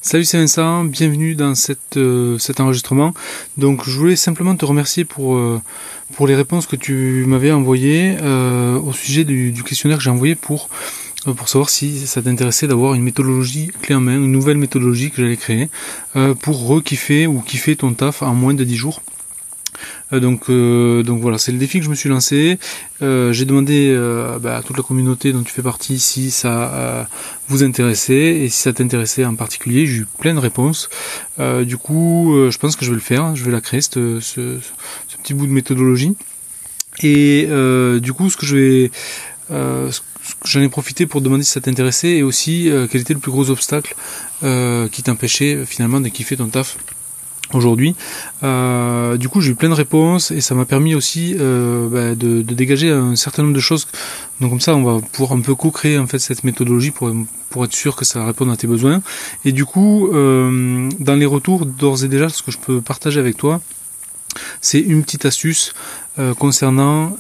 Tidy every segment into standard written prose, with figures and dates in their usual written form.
Salut, c'est Vincent, bienvenue dans cet enregistrement. Donc je voulais simplement te remercier pour les réponses que tu m'avais envoyées au sujet du questionnaire que j'ai envoyé pour savoir si ça t'intéressait d'avoir une méthodologie clé en main, une nouvelle méthodologie que j'allais créer pour re-kiffer ou kiffer ton taf en moins de 10 jours. Donc voilà, c'est le défi que je me suis lancé. J'ai demandé à toute la communauté dont tu fais partie si ça vous intéressait et si ça t'intéressait en particulier. J'ai eu plein de réponses. Du coup, je pense que je vais le faire. Je vais la créer, ce petit bout de méthodologie. Et du coup, j'en ai profité pour demander si ça t'intéressait et aussi quel était le plus gros obstacle qui t'empêchait finalement de kiffer ton taf aujourd'hui. Du coup j'ai eu plein de réponses et ça m'a permis aussi de dégager un certain nombre de choses. Donc comme ça on va pouvoir un peu co-créer en fait cette méthodologie pour être sûr que ça réponde à tes besoins. Et du coup dans les retours d'ores et déjà, ce que je peux partager avec toi, c'est une petite astuce concernant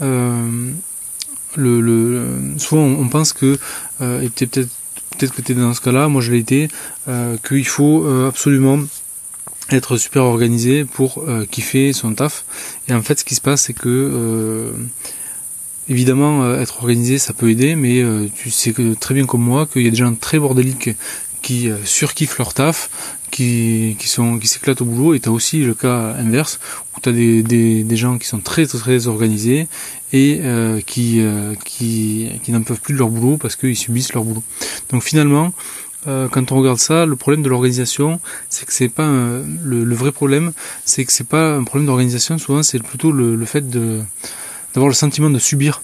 souvent on pense que et peut-être que tu es dans ce cas-là, moi je l'ai été, qu'il faut absolument être super organisé pour kiffer son taf. Et en fait ce qui se passe c'est que évidemment être organisé ça peut aider, mais tu sais que très bien comme moi qu'il y a des gens très bordéliques qui surkiffent leur taf, qui s'éclatent au boulot, et tu as aussi le cas inverse où tu as des gens qui sont très très organisés et qui n'en peuvent plus de leur boulot parce qu'ils subissent leur boulot. Donc finalement quand on regarde ça, le problème de l'organisation, c'est que c'est pas le vrai problème, c'est que c'est pas un problème d'organisation. Souvent, c'est plutôt le fait d'avoir le sentiment de subir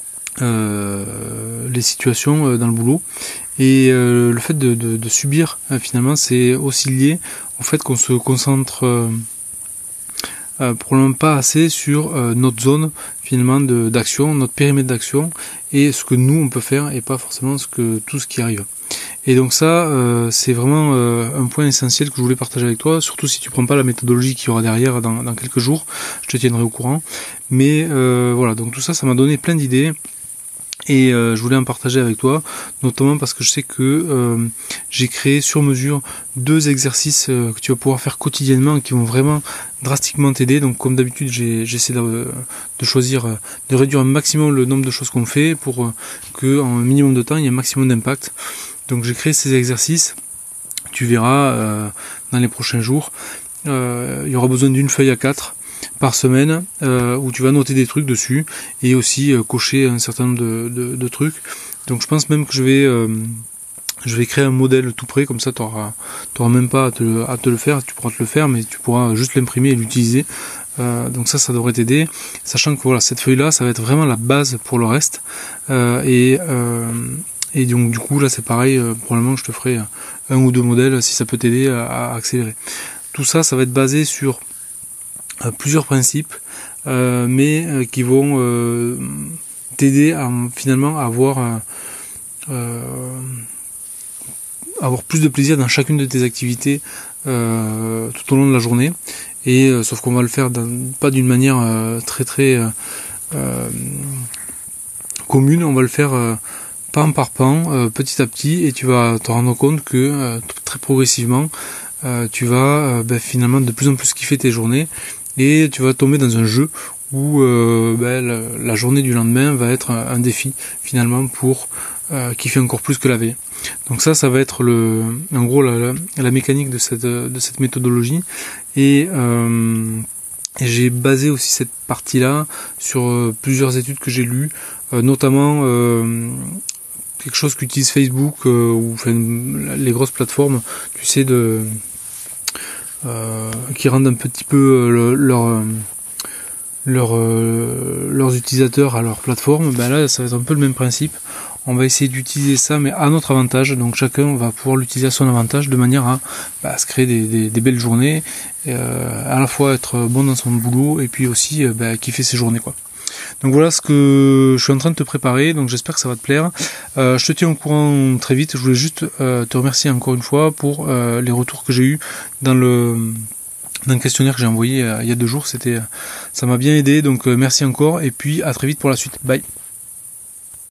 les situations dans le boulot. Et le fait de subir, finalement, c'est aussi lié au fait qu'on se concentre probablement pas assez sur notre zone finalement d'action, notre périmètre d'action et ce que nous on peut faire et pas forcément tout ce qui arrive. Et donc ça, c'est vraiment un point essentiel que je voulais partager avec toi, surtout si tu prends pas la méthodologie qu'il y aura derrière dans quelques jours, je te tiendrai au courant. Mais voilà, donc tout ça, ça m'a donné plein d'idées et je voulais en partager avec toi, notamment parce que je sais que j'ai créé sur mesure 2 exercices que tu vas pouvoir faire quotidiennement et qui vont vraiment drastiquement t'aider. Donc comme d'habitude, j'essaie de choisir, de réduire un maximum le nombre de choses qu'on fait pour que en un minimum de temps, il y ait un maximum d'impact. Donc j'ai créé ces exercices, tu verras dans les prochains jours, il y aura besoin d'une feuille A4 par semaine où tu vas noter des trucs dessus et aussi cocher un certain nombre de trucs. Donc je pense même que je vais créer un modèle tout prêt, comme ça tu n'auras même pas à te le faire, tu pourras te le faire mais tu pourras juste l'imprimer et l'utiliser. Donc ça devrait t'aider, sachant que voilà, cette feuille là ça va être vraiment la base pour le reste. Et donc du coup là c'est pareil, probablement que je te ferai un ou 2 modèles si ça peut t'aider à accélérer. Tout ça, ça va être basé sur plusieurs principes, mais qui vont t'aider à finalement avoir plus de plaisir dans chacune de tes activités tout au long de la journée. Et sauf qu'on va le faire pas d'une manière très très commune, on va le faire pan par pan, petit à petit, et tu vas te rendre compte que très progressivement tu vas finalement de plus en plus kiffer tes journées et tu vas tomber dans un jeu où la journée du lendemain va être un défi finalement pour kiffer encore plus que la veille. Donc ça va être en gros la mécanique de cette méthodologie. Et j'ai basé aussi cette partie-là sur plusieurs études que j'ai lues, notamment quelque chose qu'utilise Facebook ou les grosses plateformes, tu sais, qui rendent un petit peu leurs utilisateurs à leur plateforme. Ben là, ça va être un peu le même principe. On va essayer d'utiliser ça, mais à notre avantage. Donc chacun va pouvoir l'utiliser à son avantage, de manière à se créer des belles journées, à la fois être bon dans son boulot et puis aussi kiffer ses journées, quoi. Donc voilà ce que je suis en train de te préparer, donc j'espère que ça va te plaire. Je te tiens au courant très vite. Je voulais juste te remercier encore une fois pour les retours que j'ai eus dans le questionnaire que j'ai envoyé il y a 2 jours. Ça m'a bien aidé, donc merci encore et puis à très vite pour la suite. Bye.